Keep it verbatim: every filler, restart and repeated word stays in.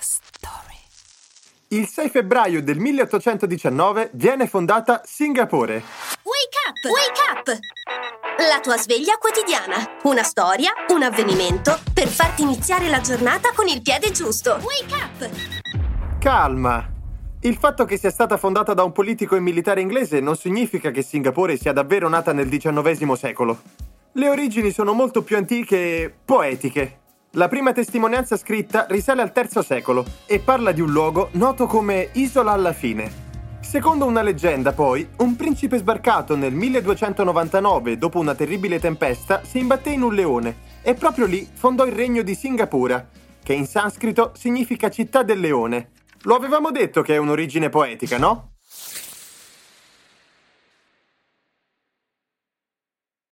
story. Il sei febbraio del milleottocentodiciannove viene fondata Singapore. Wake up! Wake up! La tua sveglia quotidiana. Una storia, un avvenimento per farti iniziare la giornata con il piede giusto. Wake up! Calma! Il fatto che sia stata fondata da un politico e militare inglese non significa che Singapore sia davvero nata nel diciannovesimo secolo. Le origini sono molto più antiche e poetiche. La prima testimonianza scritta risale al terzo secolo e parla di un luogo noto come Isola alla Fine. Secondo una leggenda, poi, un principe sbarcato nel milleduecentonovantanove dopo una terribile tempesta si imbatté in un leone e proprio lì fondò il regno di Singapura, che in sanscrito significa città del leone. Lo avevamo detto che è un'origine poetica, no?